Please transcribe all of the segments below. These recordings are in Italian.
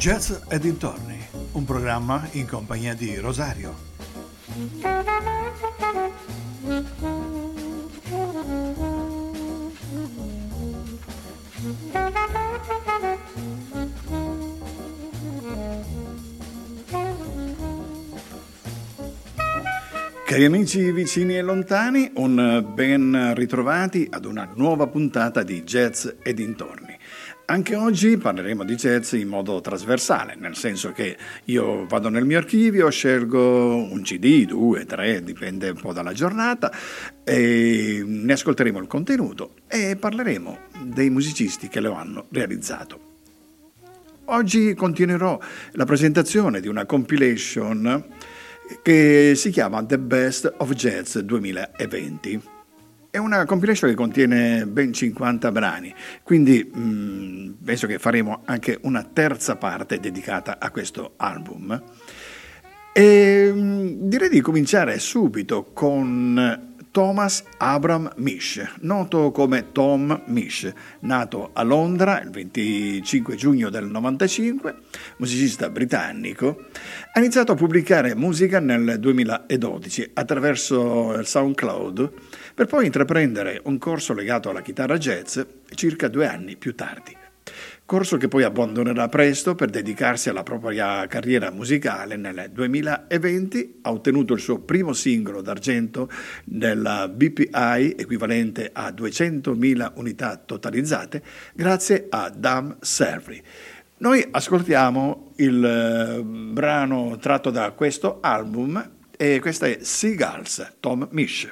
Jazz e dintorni, un programma in compagnia di Rosario. Cari amici vicini e lontani, un ben ritrovati ad una nuova puntata di Jazz e dintorni. Anche oggi parleremo di jazz in modo trasversale, nel senso che io vado nel mio archivio, scelgo un CD, 2, 3, dipende un po' dalla giornata, e ne ascolteremo il contenuto e parleremo dei musicisti che lo hanno realizzato. Oggi continuerò la presentazione di una compilation che si chiama The Best of Jazz 2020. È una compilation che contiene ben 50 brani, quindi penso che faremo anche una terza parte dedicata a questo album. E direi di cominciare subito con Thomas Abram Misch, noto come Tom Misch, nato a Londra il 25 giugno del 95, musicista britannico. Ha iniziato a pubblicare musica nel 2012 attraverso il SoundCloud, per poi intraprendere un corso legato alla chitarra jazz circa 2 anni più tardi. Corso che poi abbandonerà presto per dedicarsi alla propria carriera musicale. Nel 2020 ha ottenuto il suo primo singolo d'argento nella BPI, equivalente a 200.000 unità totalizzate, grazie a Damn Servi. Noi ascoltiamo il brano tratto da questo album e questa è Seagulls, Tom Misch.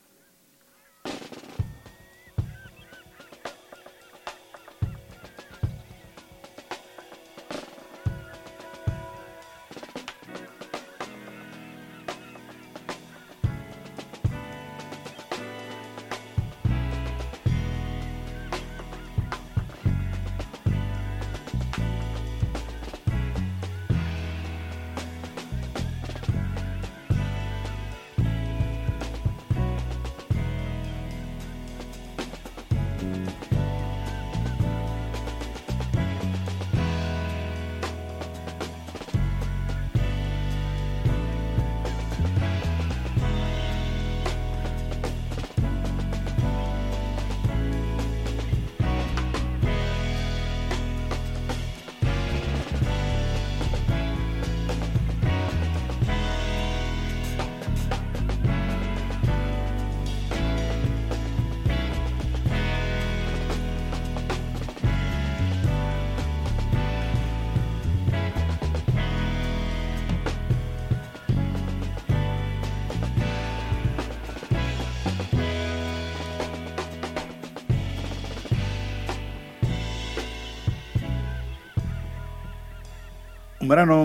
Un brano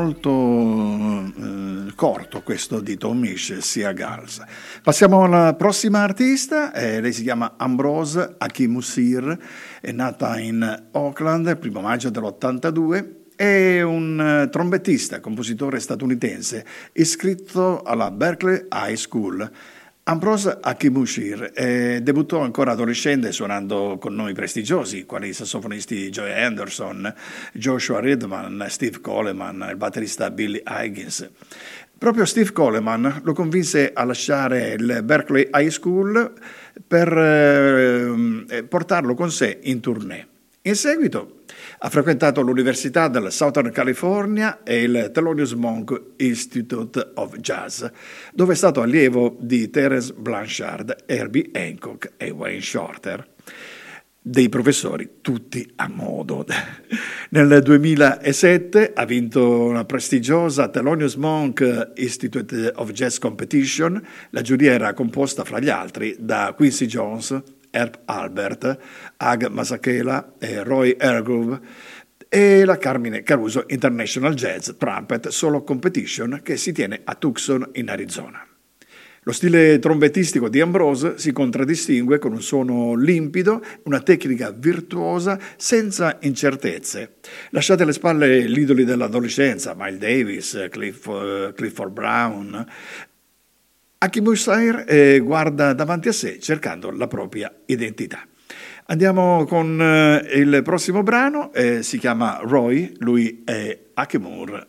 molto corto questo di Tom Misch, Seagulls. Passiamo alla prossima artista, lei si chiama Ambrose Achimusir, è nata in Auckland il 1 maggio dell'82, è un trombettista, compositore statunitense, iscritto alla Berklee High School. Ambrose Achimusir debuttò ancora adolescente suonando con nomi prestigiosi quali i sassofonisti Joey Anderson, Joshua Redman, Steve Coleman, il batterista Billy Higgins. Proprio Steve Coleman lo convinse a lasciare il Berklee High School per portarlo con sé in tournée. In seguito ha frequentato l'Università del Southern California e il Thelonious Monk Institute of Jazz, dove è stato allievo di Terence Blanchard, Herbie Hancock e Wayne Shorter, dei professori tutti a modo. Nel 2007 ha vinto una prestigiosa Thelonious Monk Institute of Jazz Competition. La giuria era composta fra gli altri da Quincy Jones, Herb Alpert, Ag Masekela e Roy Hargrove e la Carmine Caruso International Jazz Trumpet Solo Competition che si tiene a Tucson in Arizona. Lo stile trombettistico di Ambrose si contraddistingue con un suono limpido, una tecnica virtuosa senza incertezze. Lasciate alle spalle gli idoli dell'adolescenza, Miles Davis, Clifford Brown. Achimusir guarda davanti a sé cercando la propria identità. Andiamo con il prossimo brano, si chiama Roy, lui è Akemur.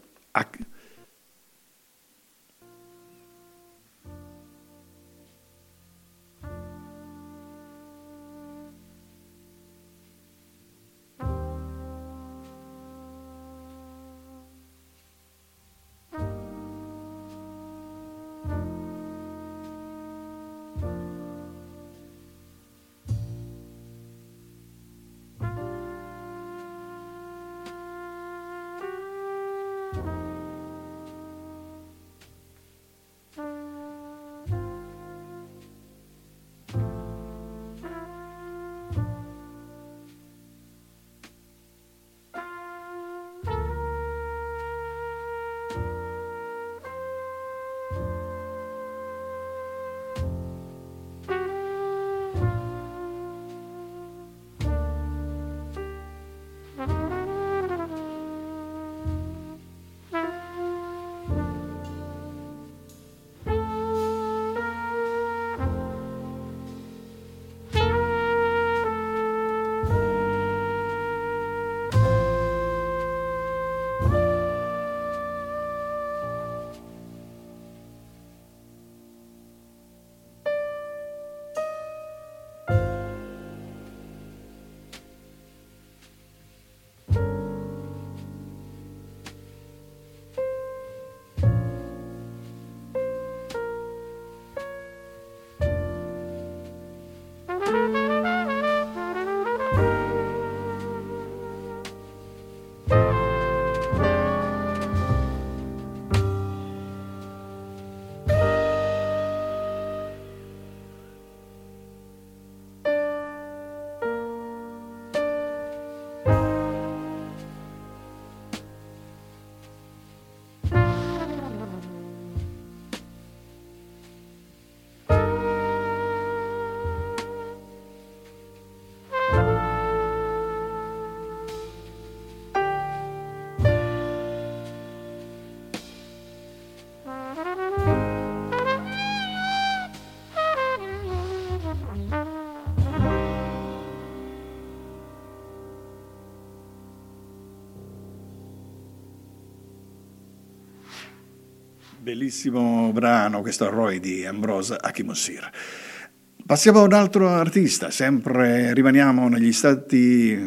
Bellissimo brano questo Roy di Ambroise Akimossir. Passiamo a un altro artista, rimaniamo negli Stati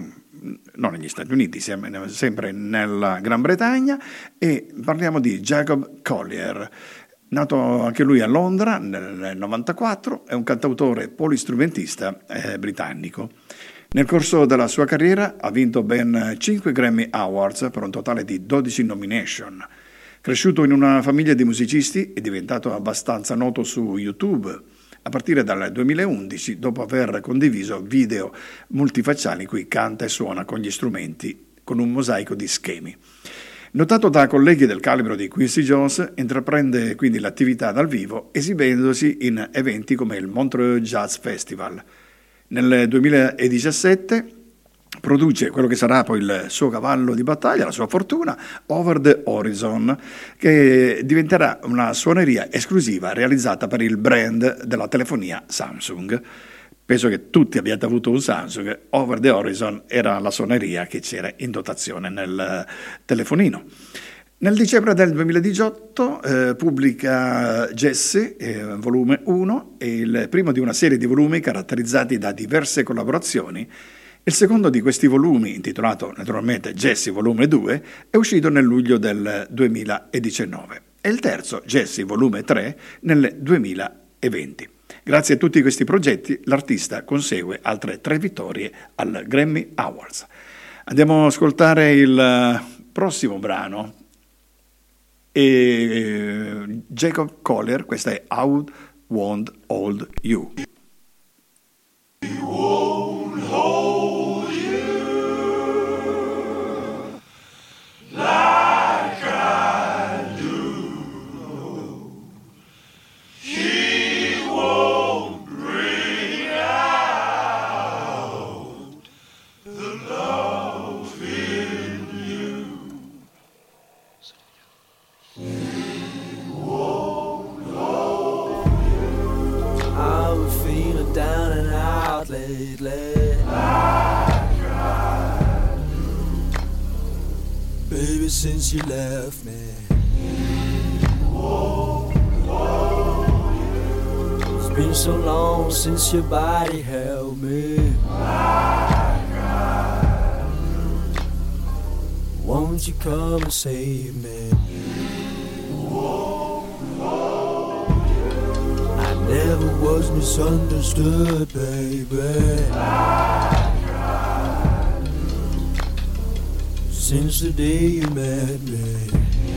Uniti, sempre nella Gran Bretagna, e parliamo di Jacob Collier. Nato anche lui a Londra nel 94, è un cantautore polistrumentista britannico. Nel corso della sua carriera ha vinto ben 5 Grammy Awards per un totale di 12 nomination. Cresciuto in una famiglia di musicisti, è diventato abbastanza noto su YouTube a partire dal 2011, dopo aver condiviso video multifacciali in cui canta e suona con gli strumenti, con un mosaico di schemi. Notato da colleghi del calibro di Quincy Jones, intraprende quindi l'attività dal vivo, esibendosi in eventi come il Montreux Jazz Festival. Nel 2017 produce quello che sarà poi il suo cavallo di battaglia, la sua fortuna, Over the Horizon, che diventerà una suoneria esclusiva realizzata per il brand della telefonia Samsung. Penso che tutti abbiate avuto un Samsung. Over the Horizon era la suoneria che c'era in dotazione nel telefonino. Nel dicembre del 2018 pubblica Jesse, volume 1, il primo di una serie di volumi caratterizzati da diverse collaborazioni. Il secondo di questi volumi, intitolato naturalmente Jesse volume 2, è uscito nel luglio del 2019 e il terzo, Jesse volume 3, nel 2020. Grazie a tutti questi progetti l'artista consegue altre 3 vittorie al Grammy Awards. Andiamo ad ascoltare il prossimo brano. Jacob Collier, questa è I Won't Hold You. Lately years since you left me. It's been so long since your body held me. Won't you come and save me? I never was misunderstood, baby. Since the day you met me.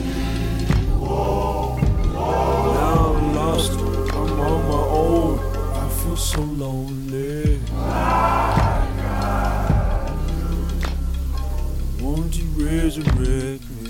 Now I'm lost, I'm on my own. I feel so lonely. Won't you resurrect me?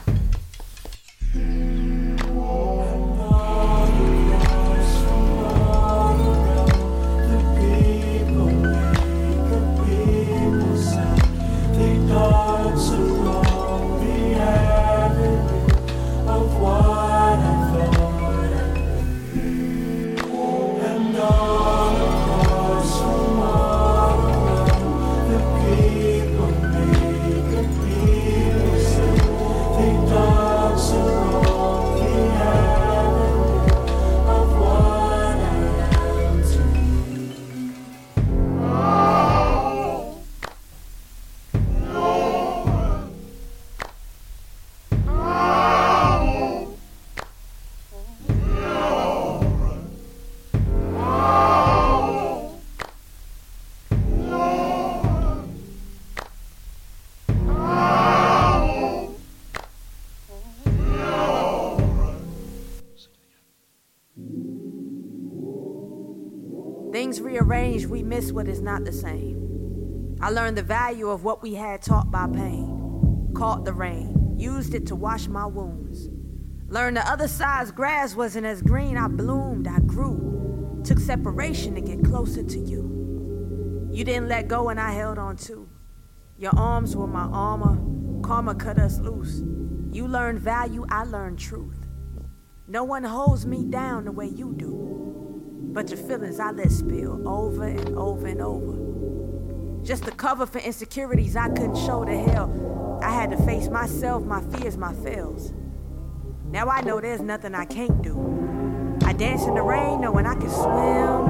Things rearranged, we miss what is not the same. I learned the value of what we had taught by pain. Caught the rain, used it to wash my wounds. Learned the other side's grass wasn't as green. I bloomed, I grew. Took separation to get closer to you. You didn't let go and I held on too. Your arms were my armor. Karma cut us loose. You learned value, I learned truth. No one holds me down the way you do. But your feelings I let spill over and over and over. Just to cover for insecurities I couldn't show to hell. I had to face myself, my fears, my fails. Now I know there's nothing I can't do. I dance in the rain knowing I can swim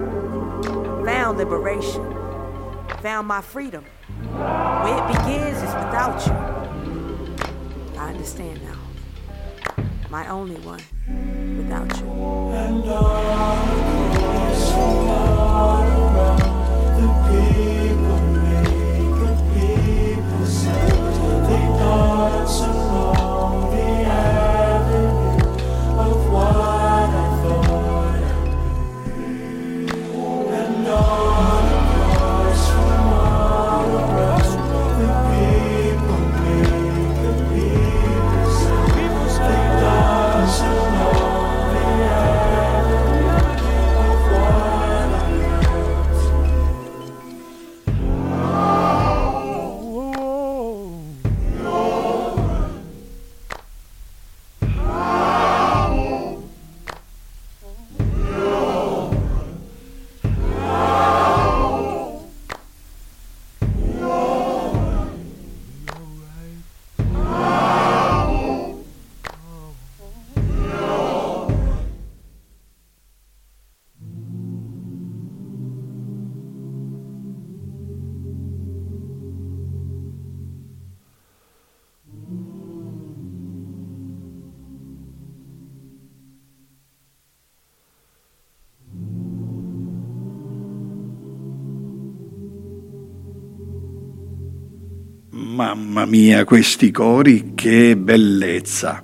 too. Found liberation. Found my freedom. Where it begins is without you. I understand now. My only one without you. And all around the people make the people say they dance along the avenue of what I thought I'd be. And all across from all around the people make the people say they dance along the avenue of what I Mamma mia, questi cori, che bellezza!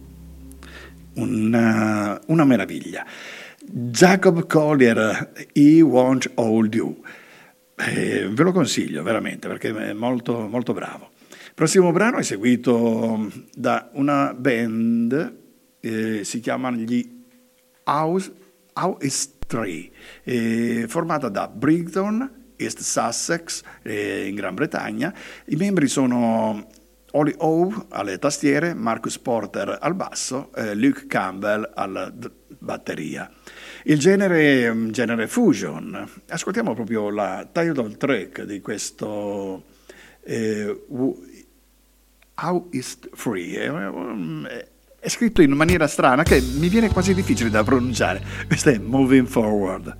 Una meraviglia. Jacob Collier, He Won't Hold You. Ve lo consiglio veramente perché è molto, molto bravo. Il prossimo brano è seguito da una band, si chiamano gli House Tree, formata da Brighton, East Sussex, in Gran Bretagna. I membri sono Ollie Howe alle tastiere, Marcus Porter al basso, Luke Campbell alla batteria. Il genere è un genere fusion. Ascoltiamo proprio la title track di questo How is Free. È scritto in maniera strana che mi viene quasi difficile da pronunciare. Questo è Moving Forward.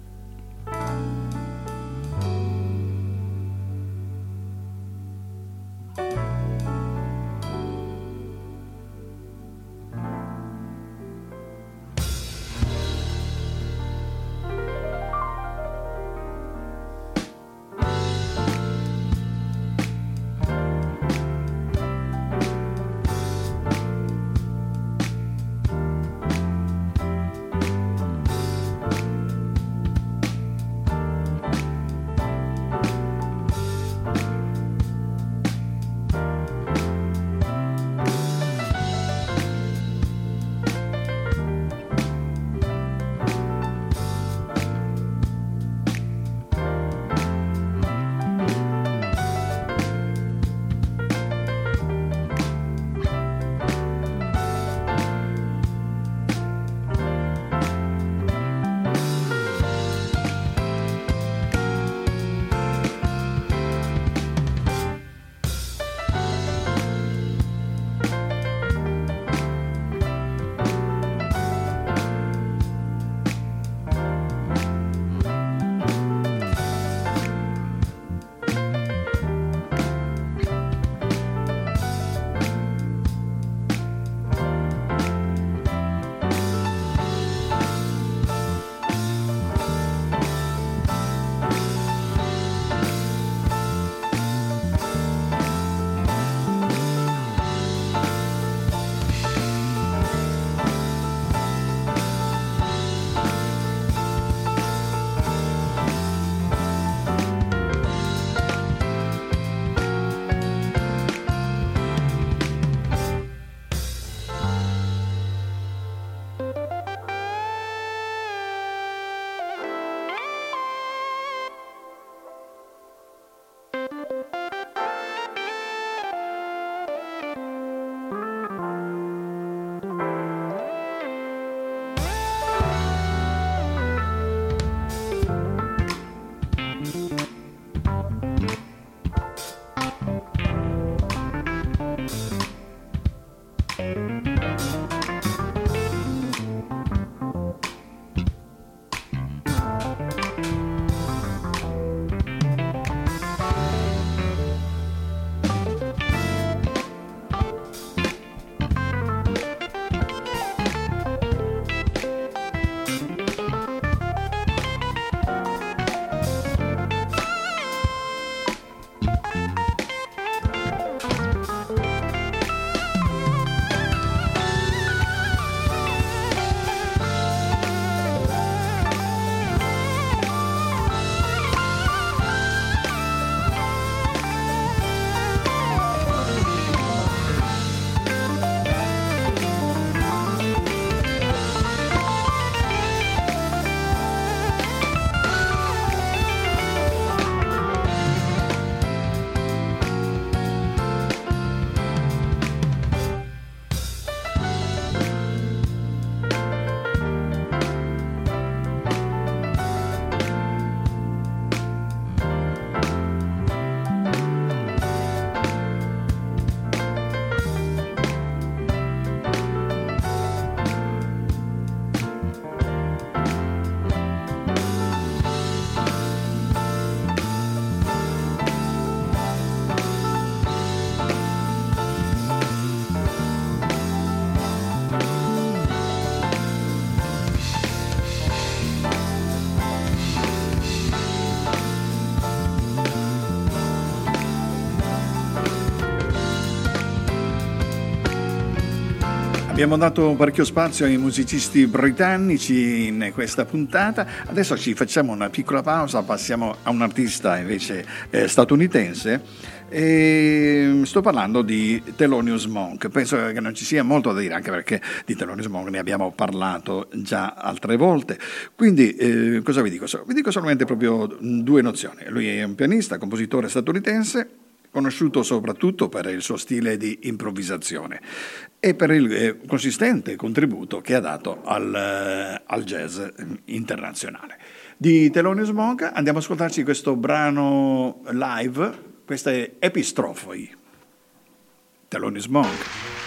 Abbiamo dato parecchio spazio ai musicisti britannici in questa puntata, adesso ci facciamo una piccola pausa, passiamo a un artista invece statunitense e sto parlando di Thelonious Monk. Penso che non ci sia molto da dire, anche perché di Thelonious Monk ne abbiamo parlato già altre volte, quindi cosa vi dico? Vi dico solamente proprio due nozioni. Lui è un pianista, compositore statunitense, conosciuto soprattutto per il suo stile di improvvisazione e per il consistente contributo che ha dato al jazz internazionale. Di Thelonious Monk andiamo ad ascoltarci questo brano live, questa è Epistrofoi. Thelonious Monk.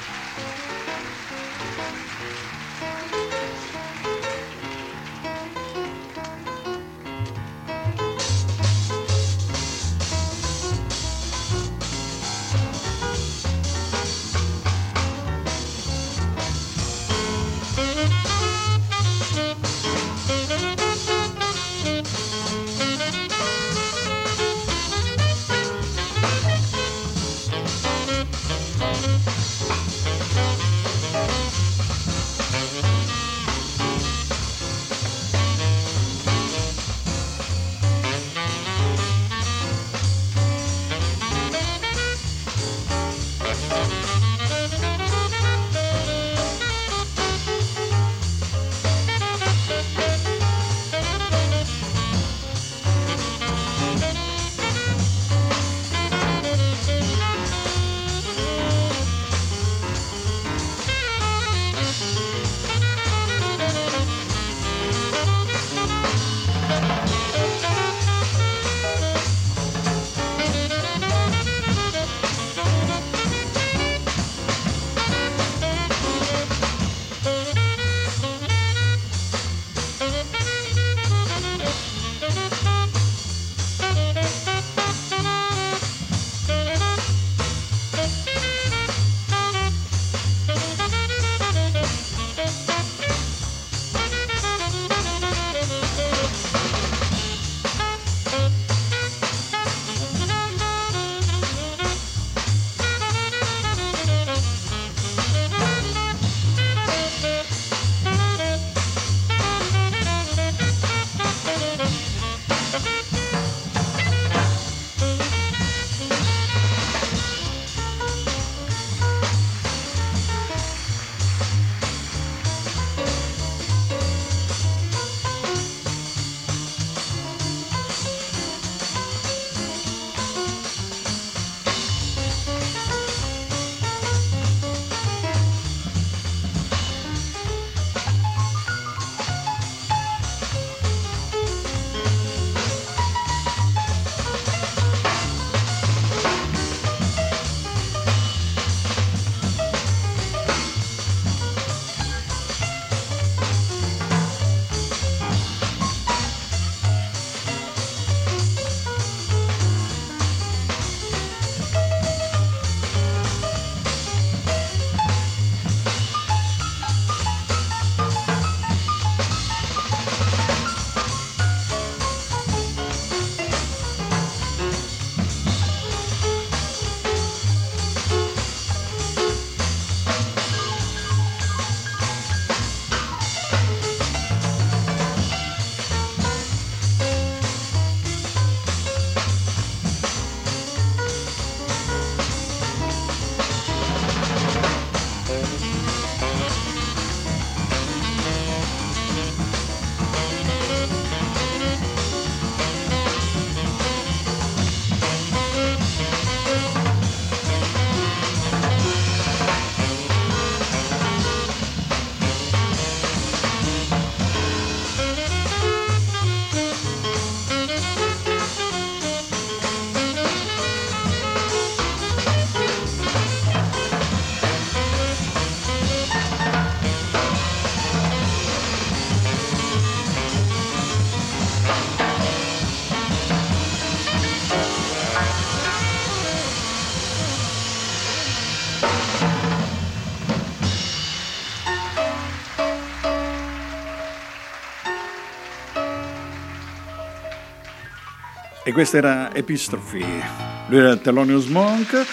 E questa era Epistrophi, lui era Thelonious Monk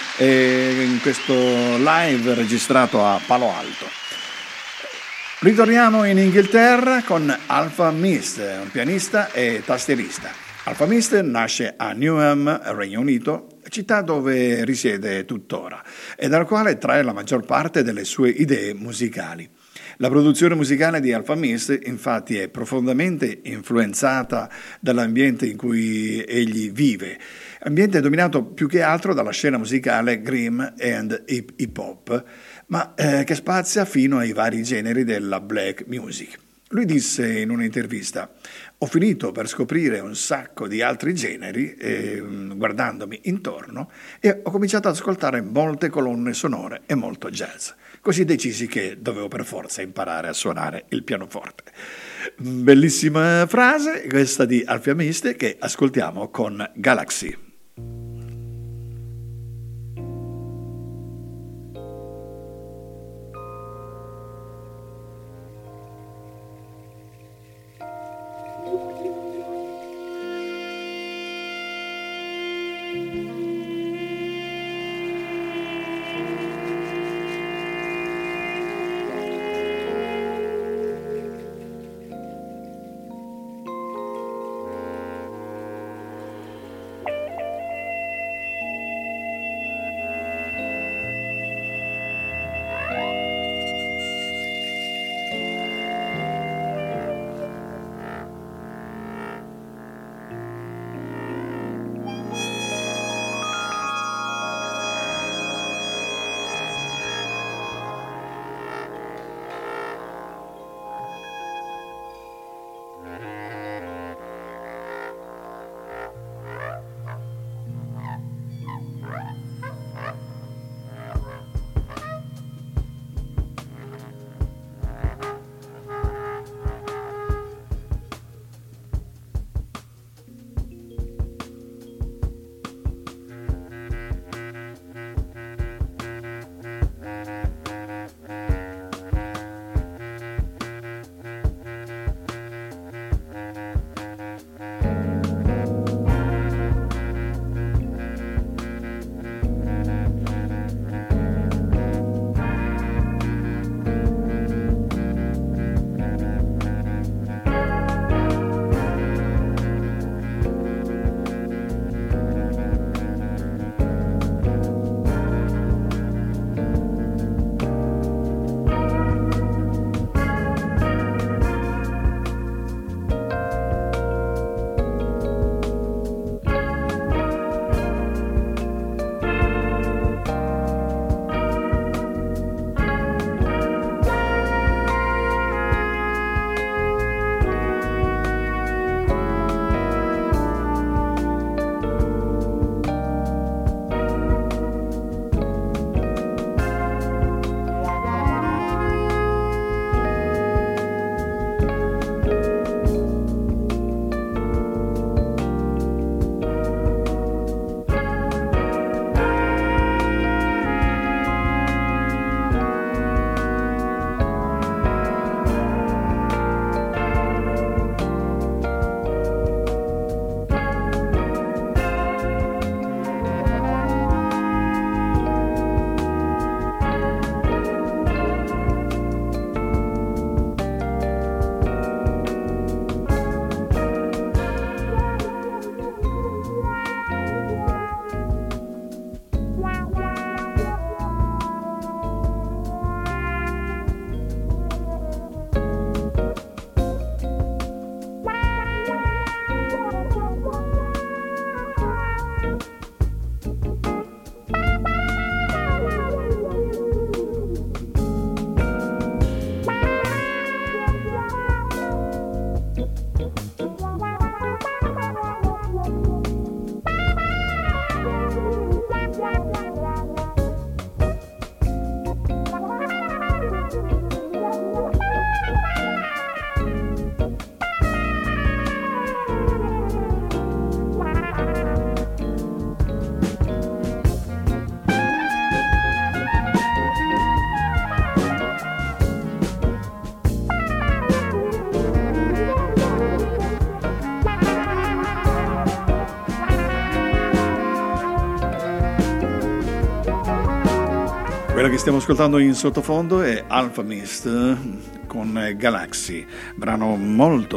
e in questo live registrato a Palo Alto. Ritorniamo in Inghilterra con Alfa Mist, un pianista e tastierista. Alfa Mist nasce a Newham, Regno Unito, città dove risiede tuttora e dal quale trae la maggior parte delle sue idee musicali. La produzione musicale di Alfa Mist infatti è profondamente influenzata dall'ambiente in cui egli vive, ambiente dominato più che altro dalla scena musicale grime and hip hop, ma che spazia fino ai vari generi della black music. Lui disse in un'intervista: ho finito per scoprire un sacco di altri generi guardandomi intorno, e ho cominciato ad ascoltare molte colonne sonore e molto jazz. Così decisi che dovevo per forza imparare a suonare il pianoforte. Bellissima frase questa di Alfia Miste, che ascoltiamo con Galaxy. Quella che stiamo ascoltando in sottofondo è Alpha Mist con Galaxy, brano molto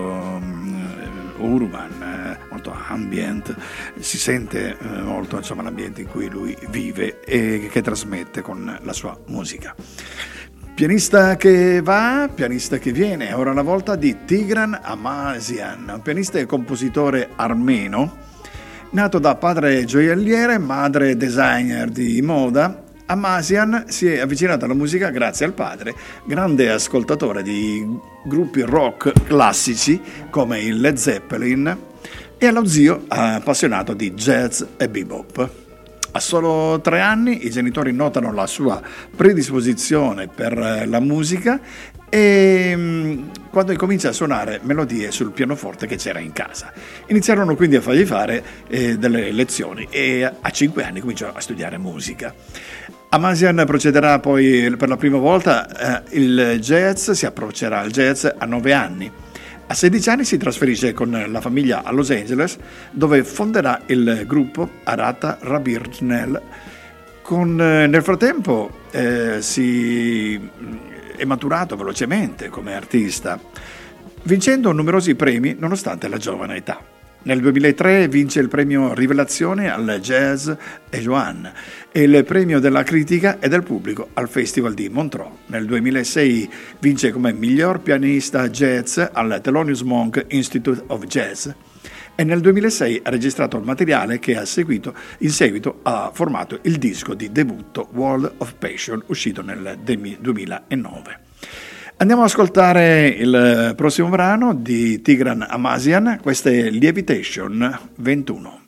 urban, molto ambient, si sente molto insomma l'ambiente in cui lui vive e che trasmette con la sua musica. Pianista che va, pianista che viene, ora la volta di Tigran Amazian, un pianista e compositore armeno, nato da padre gioielliere, madre designer di moda. Amasian si è avvicinato alla musica grazie al padre, grande ascoltatore di gruppi rock classici come il Led Zeppelin, e allo zio appassionato di jazz e bebop. A solo 3 anni i genitori notano la sua predisposizione per la musica e quando incomincia a suonare melodie sul pianoforte che c'era in casa. Iniziarono quindi a fargli fare delle lezioni e a 5 anni cominciò a studiare musica. Amasian procederà poi per la prima volta il jazz, si approccerà al jazz a 9 anni. A 16 anni si trasferisce con la famiglia a Los Angeles, dove fonderà il gruppo Arata Rabirnel. Nel frattempo si è maturato velocemente come artista, vincendo numerosi premi nonostante la giovane età. Nel 2003 vince il premio Rivelazione al Jazz e Joan e il premio della critica e del pubblico al Festival di Montreux. Nel 2006 vince come miglior pianista jazz al Thelonious Monk Institute of Jazz e nel 2006 ha registrato il materiale che in seguito ha formato il disco di debutto World of Passion, uscito nel 2009. Andiamo ad ascoltare il prossimo brano di Tigran Amasian, questa è Levitation 21.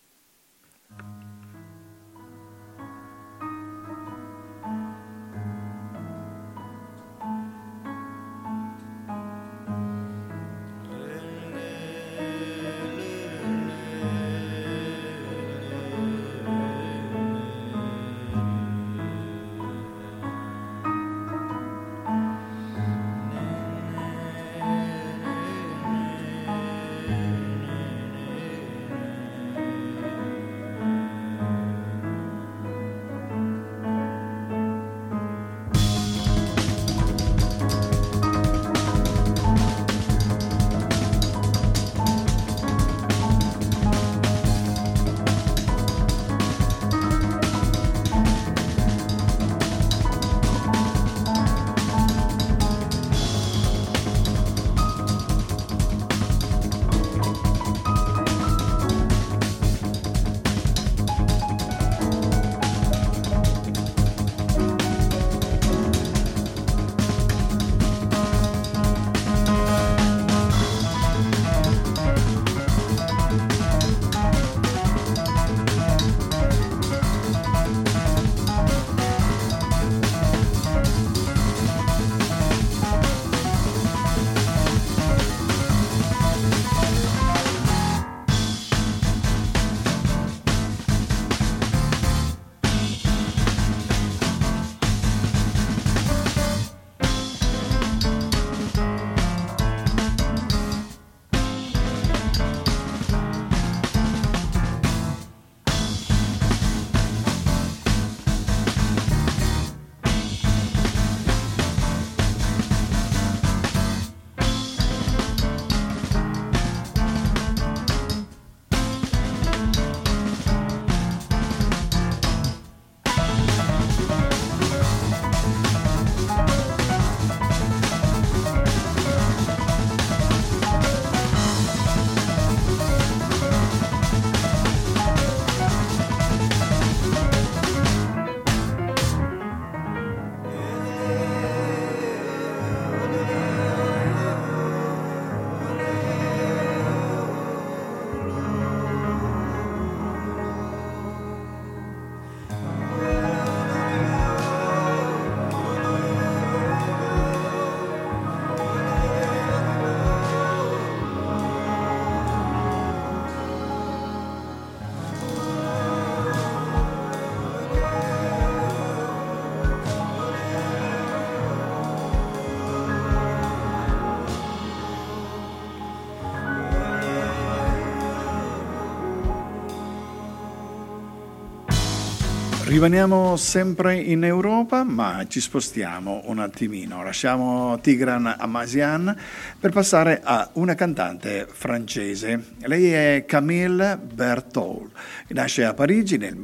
Rimaniamo sempre in Europa, ma ci spostiamo un attimino. Lasciamo Tigran Amasian per passare a una cantante francese. Lei è Camille Berthoud. Nasce a Parigi nel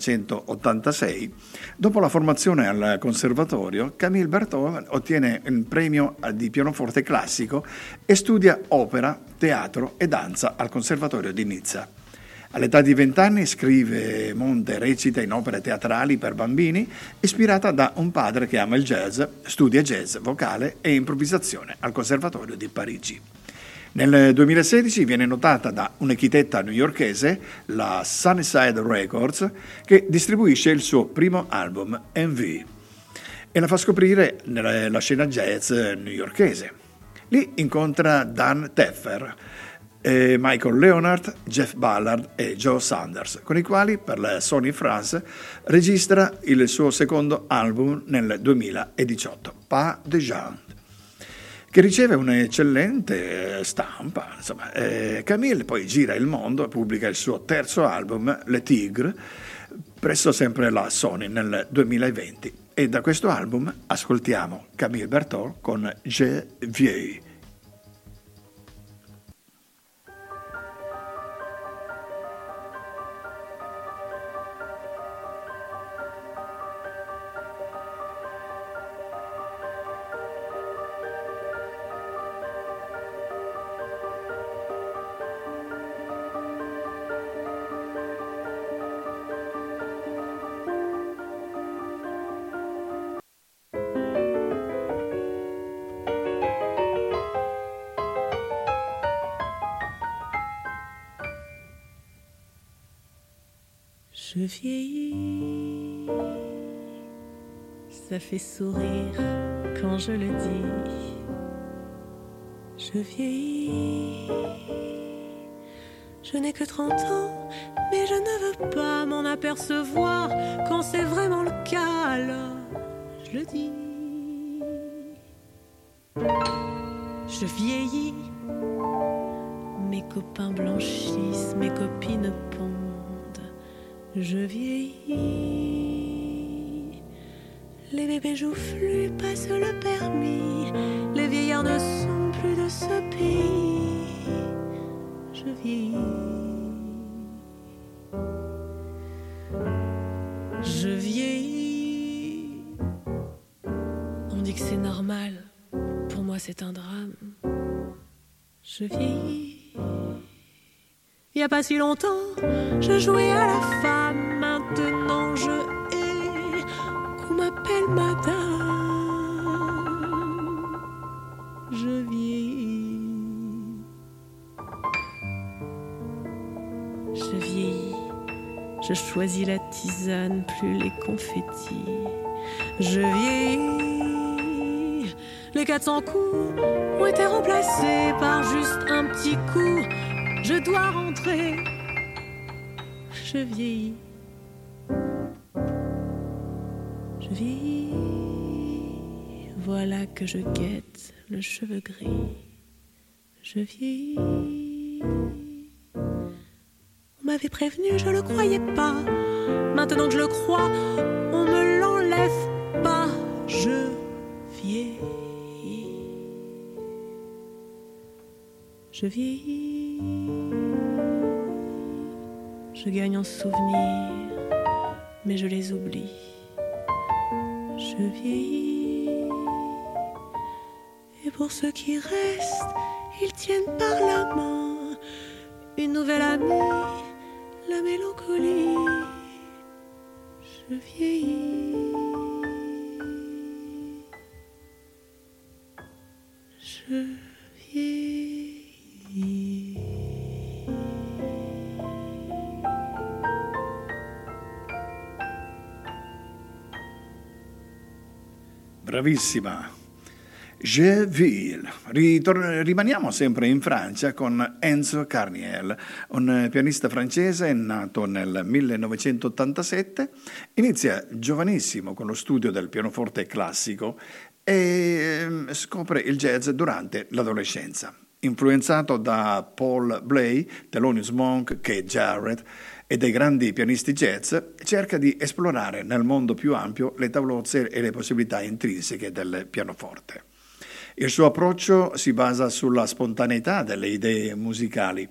1986. Dopo la formazione al conservatorio, Camille Berthoud ottiene il premio di pianoforte classico e studia opera, teatro e danza al Conservatorio di Nizza. All'età di 20 anni scrive, monta e recita in opere teatrali per bambini, ispirata da un padre che ama il jazz, studia jazz, vocale e improvvisazione al Conservatorio di Parigi. Nel 2016 viene notata da un'etichetta newyorkese, la Sunnyside Records, che distribuisce il suo primo album, Envy, e la fa scoprire nella scena jazz newyorkese. Lì incontra Dan Teffer, Michael Leonard, Jeff Ballard e Joe Sanders, con i quali per la Sony France registra il suo secondo album nel 2018, Pas de Gens, che riceve un'eccellente stampa. Insomma, Camille poi gira il mondo e pubblica il suo terzo album, Le Tigre, presso sempre la Sony nel 2020. E da questo album ascoltiamo Camille Bertol con Je vieillis. Je vieillis, ça fait sourire quand je le dis. Je vieillis, je n'ai que 30 ans, mais je ne veux pas m'en apercevoir quand c'est vraiment le cas, alors je le dis. Je vieillis, mes copains blanchissent, mes copines pondent. Je vieillis, les bébés joufflus passent le permis, les vieillards ne sont plus de ce pays. Je vieillis, je vieillis. On dit que c'est normal, pour moi c'est un drame. Je vieillis. Il n'y a pas si longtemps, je jouais à la femme, maintenant je hais qu'on m'appelle madame. Je vieillis, je vieillis, je choisis la tisane, plus les confettis. Je vieillis, les 400 coups ont été remplacés par juste un petit coup. Je dois rentrer, je vieillis, je vieillis, voilà que je guette le cheveu gris, je vieillis. On m'avait prévenu, je le croyais pas, maintenant que je le crois, on me l'enlève pas, je vieillis, je vieillis. Je gagne en souvenirs, mais je les oublie. Je vieillis, et pour ceux qui restent, ils tiennent par la main une nouvelle amie, la mélancolie. Je vieillis, je vieillis. Bravissima. Je vieillis. Rimaniamo sempre in Francia con Enzo Carniel, un pianista francese nato nel 1987, inizia giovanissimo con lo studio del pianoforte classico e scopre il jazz durante l'adolescenza. Influenzato da Paul Bley, Thelonious Monk, Keith Jarrett e dai grandi pianisti jazz, cerca di esplorare nel mondo più ampio le tavolozze e le possibilità intrinseche del pianoforte. Il suo approccio si basa sulla spontaneità delle idee musicali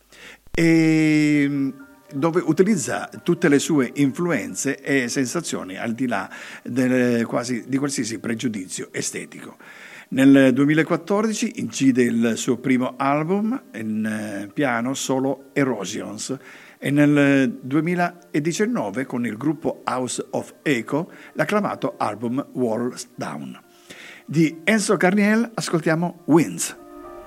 e dove utilizza tutte le sue influenze e sensazioni al di là di qualsiasi pregiudizio estetico. Nel 2014 incide il suo primo album in piano solo Erosions e nel 2019 con il gruppo House of Echo l'acclamato album Walls Down. Di Enzo Carniel ascoltiamo Winds.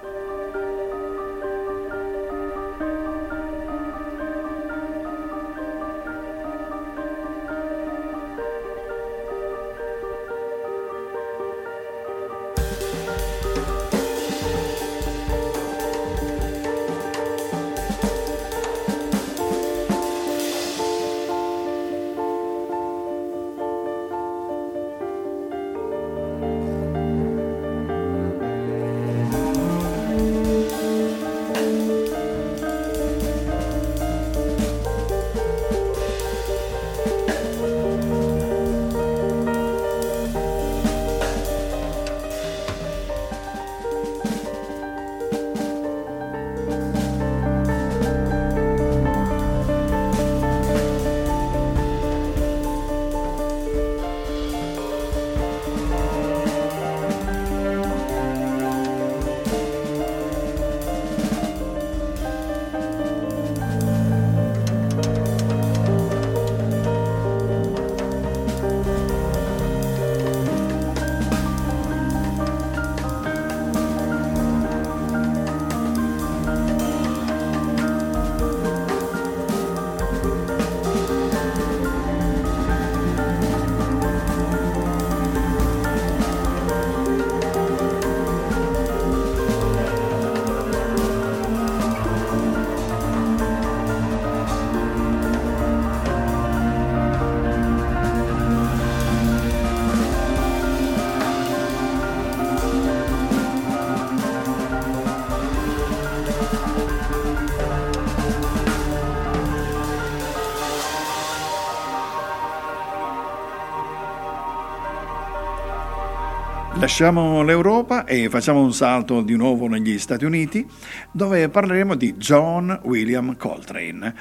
Lasciamo l'Europa e facciamo un salto di nuovo negli Stati Uniti, dove parleremo di John William Coltrane,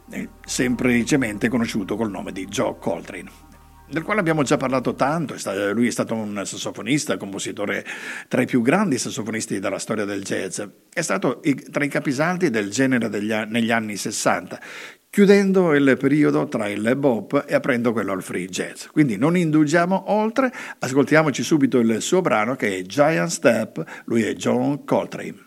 semplicemente conosciuto col nome di Joe Coltrane, del quale abbiamo già parlato tanto. Lui è stato un sassofonista, compositore tra i più grandi sassofonisti della storia del jazz. È stato tra i capisaldi del genere negli anni 60, chiudendo il periodo tra il bop e aprendo quello al free jazz. Quindi non indugiamo oltre, ascoltiamoci subito il suo brano che è Giant Step, lui è John Coltrane.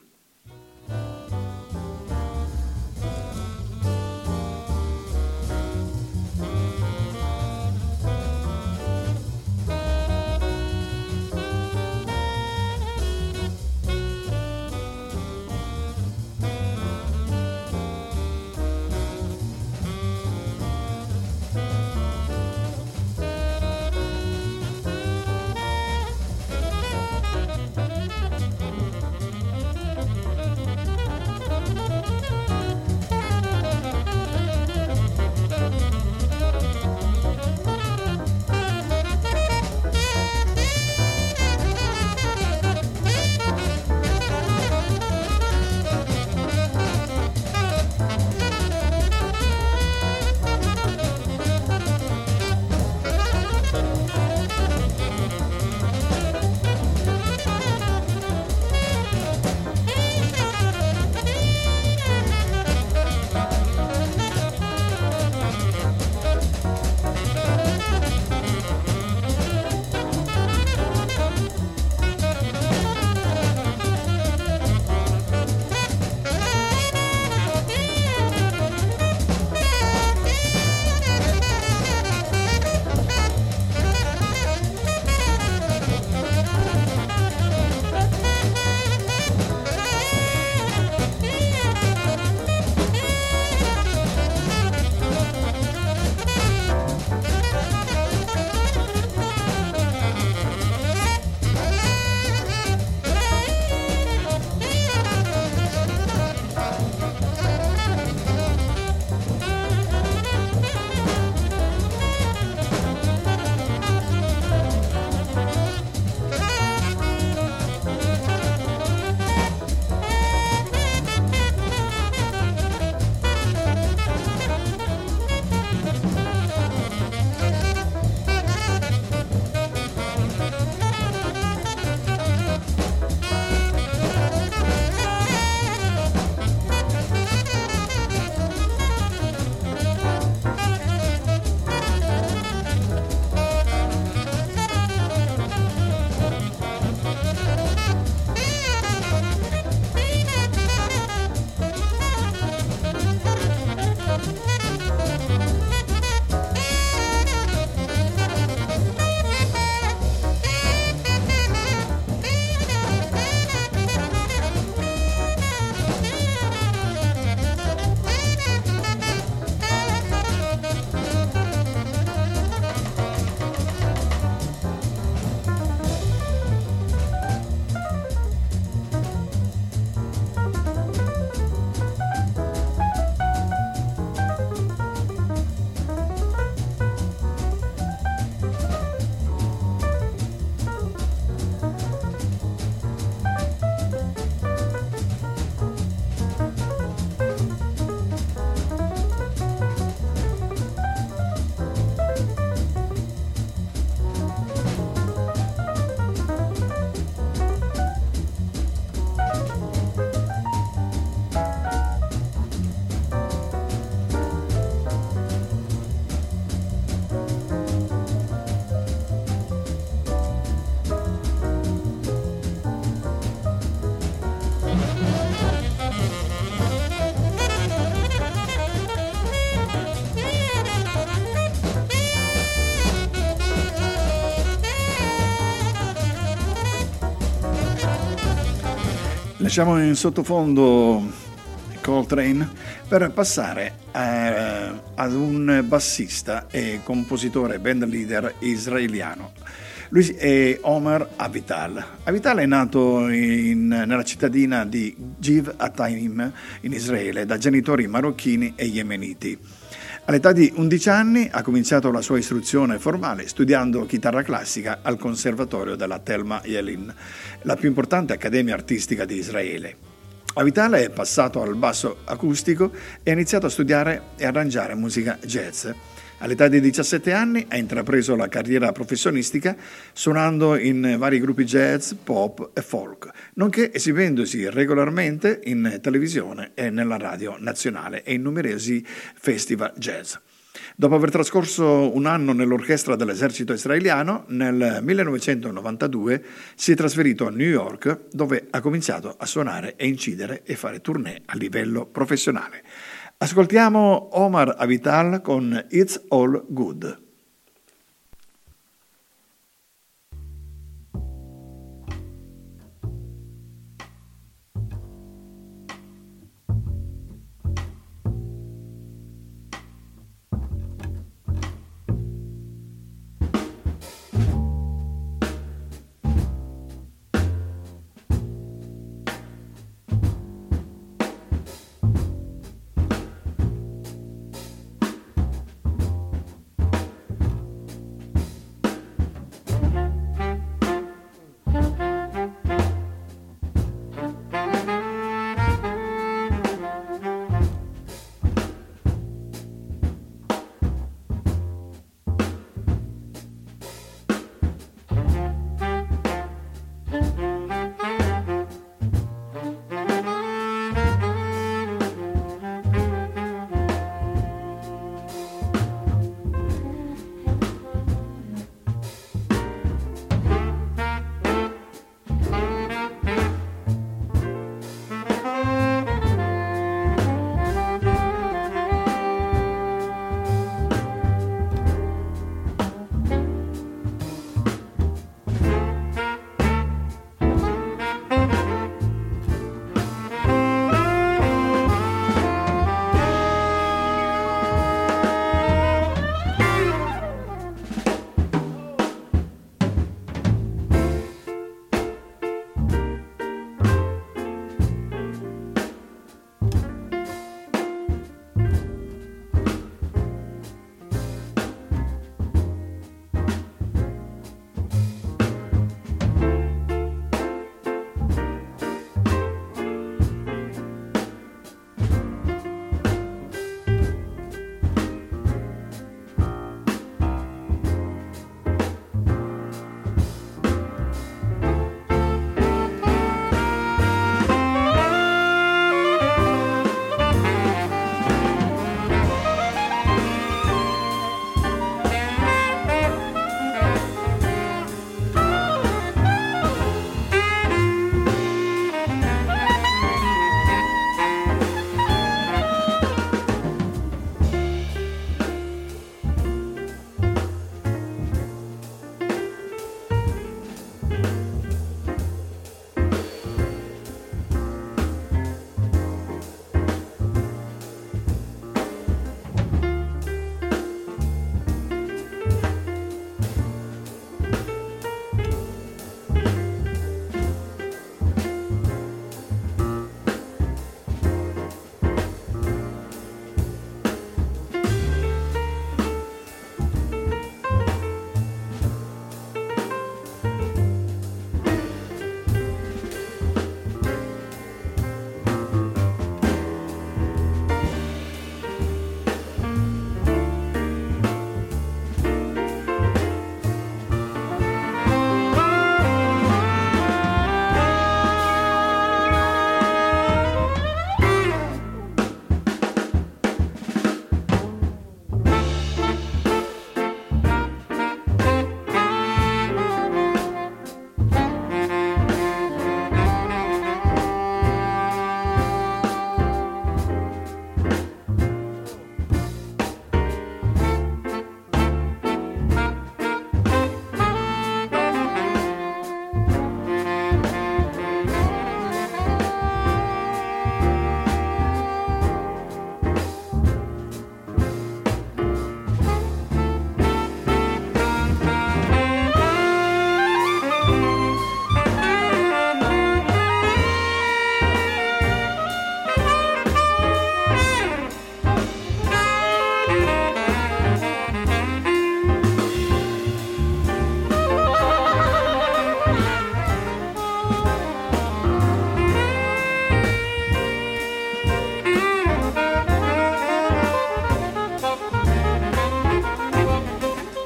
Lasciamo in sottofondo Coltrane per passare ad un bassista e compositore band leader israeliano. Lui è Omer Avital. Avital è nato nella cittadina di Giv Ataim in Israele da genitori marocchini e yemeniti. All'età di 11 anni ha cominciato la sua istruzione formale studiando chitarra classica al conservatorio della Telma Yelin, la più importante accademia artistica di Israele. Avital è passato al basso acustico e ha iniziato a studiare e arrangiare musica jazz. All'età di 17 anni ha intrapreso la carriera professionistica suonando in vari gruppi jazz, pop e folk, nonché esibendosi regolarmente in televisione e nella radio nazionale e in numerosi festival jazz. Dopo aver trascorso un anno nell'orchestra dell'esercito israeliano, nel 1992 si è trasferito a New York, dove ha cominciato a suonare e incidere e fare tournée a livello professionale. Ascoltiamo Omer Avital con It's All Good.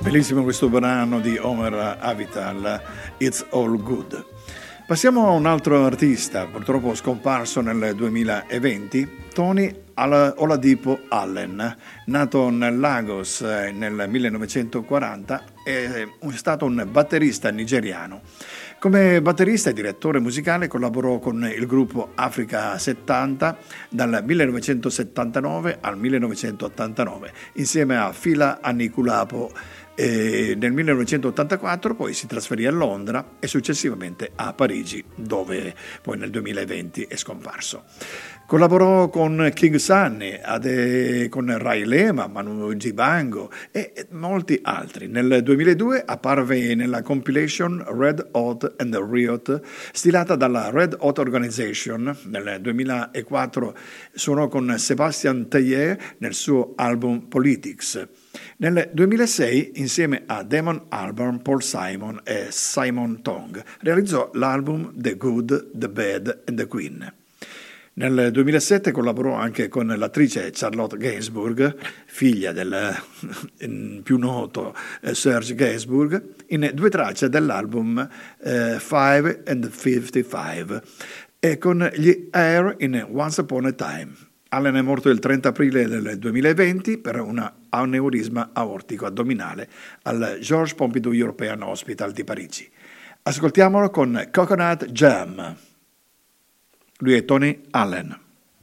Bellissimo questo brano di Homer Avital, It's All Good. Passiamo a un altro artista, purtroppo scomparso nel 2020, Tony Oladipo Allen. Nato nel Lagos nel 1940, è stato un batterista nigeriano. Come batterista e direttore musicale collaborò con il gruppo Africa 70 dal 1979 al 1989, insieme a Fila Anikulapo. Nel 1984 poi si trasferì a Londra e successivamente a Parigi, dove poi nel 2020 è scomparso. Collaborò con King Sunny, con Ray Lema, Manu Dibango e molti altri. Nel 2002 apparve nella compilation Red Hot and Riot, stilata dalla Red Hot Organization. Nel 2004 suonò con Sebastian Tellier nel suo album Politics. Nel 2006, insieme a Damon Albarn, Paul Simon e Simon Tong, realizzò l'album The Good, The Bad and The Queen. Nel 2007 collaborò anche con l'attrice Charlotte Gainsbourg, figlia del più noto Serge Gainsbourg, in 2 tracce dell'album 5 and 55 e con gli Air in Once Upon a Time. Allen è morto il 30 aprile del 2020 per un aneurisma aortico addominale al Georges Pompidou European Hospital di Parigi. Ascoltiamolo con Coconut Jam. Lui è Tony Allen.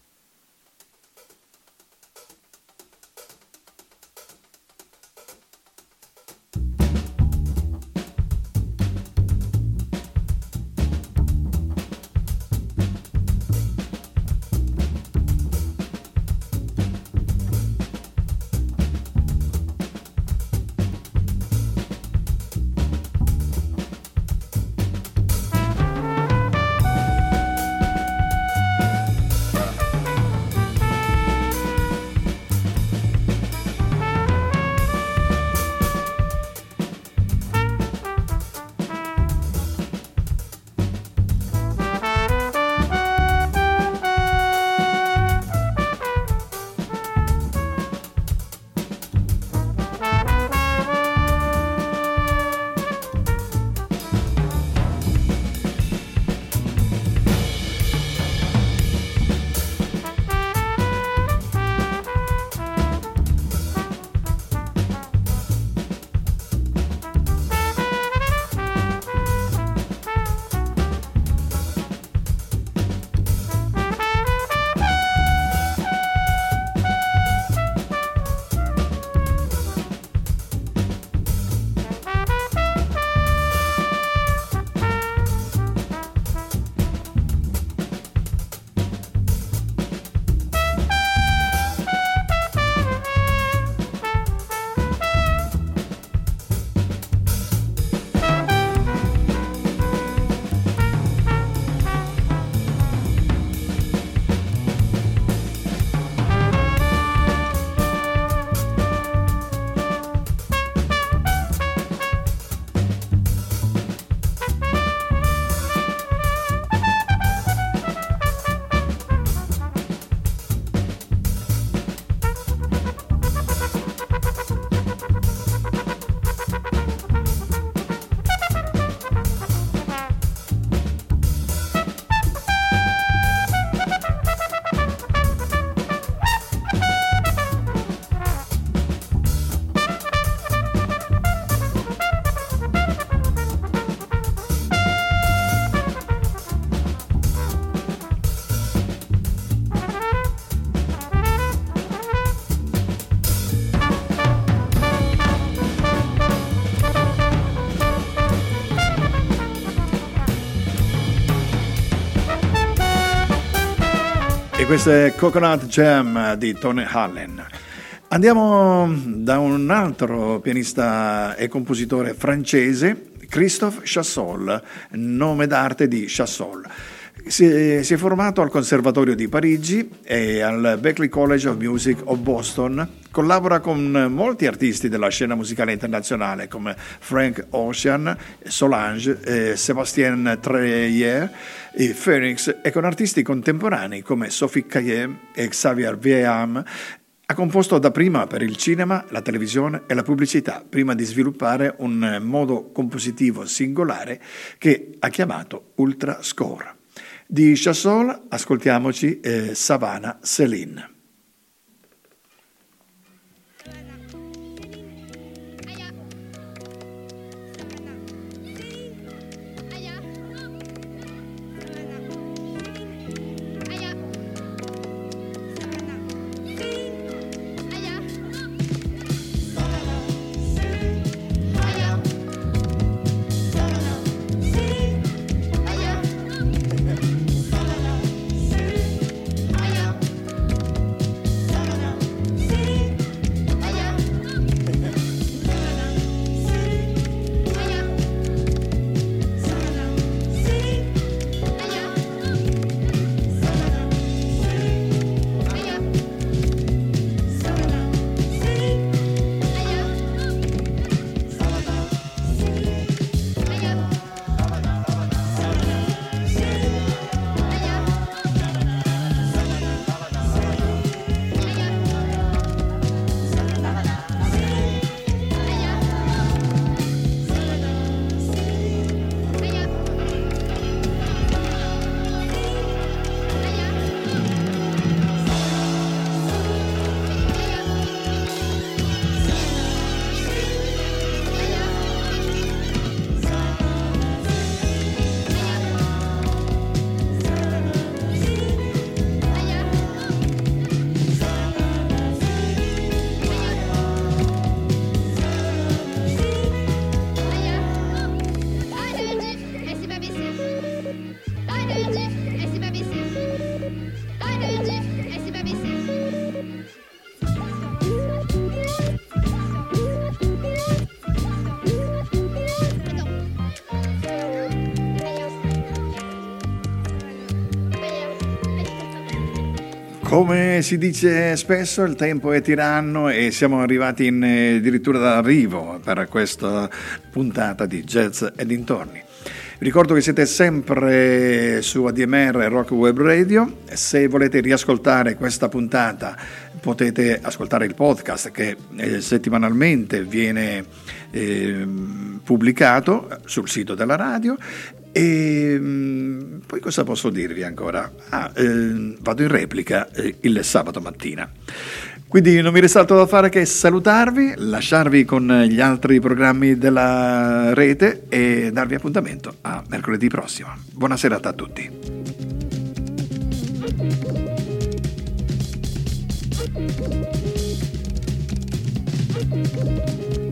Questo è Coconut Jam di Tony Allen. Andiamo da un altro pianista e compositore francese, Christophe Chassol, nome d'arte di Chassol. Si è formato al Conservatorio di Parigi e al Berklee College of Music of Boston. Collabora con molti artisti della scena musicale internazionale come Frank Ocean, Solange, Sébastien Tellier e Phoenix, e con artisti contemporanei come Sophie Calle e Xavier Viam. Ha composto dapprima per il cinema, la televisione e la pubblicità, prima di sviluppare un modo compositivo singolare che ha chiamato Ultra Score. Di Chassault ascoltiamoci Savannah Céline. Come si dice spesso, il tempo è tiranno e siamo arrivati addirittura d'arrivo per questa puntata di Jazz e dintorni. Vi ricordo che siete sempre su ADMR Rock Web Radio. Se volete riascoltare questa puntata potete ascoltare il podcast che settimanalmente viene pubblicato sul sito della radio. E poi cosa posso dirvi ancora? Vado in replica il sabato mattina. Quindi non mi resta altro da fare che salutarvi, lasciarvi con gli altri programmi della rete e darvi appuntamento a mercoledì prossimo. Buona serata a tutti.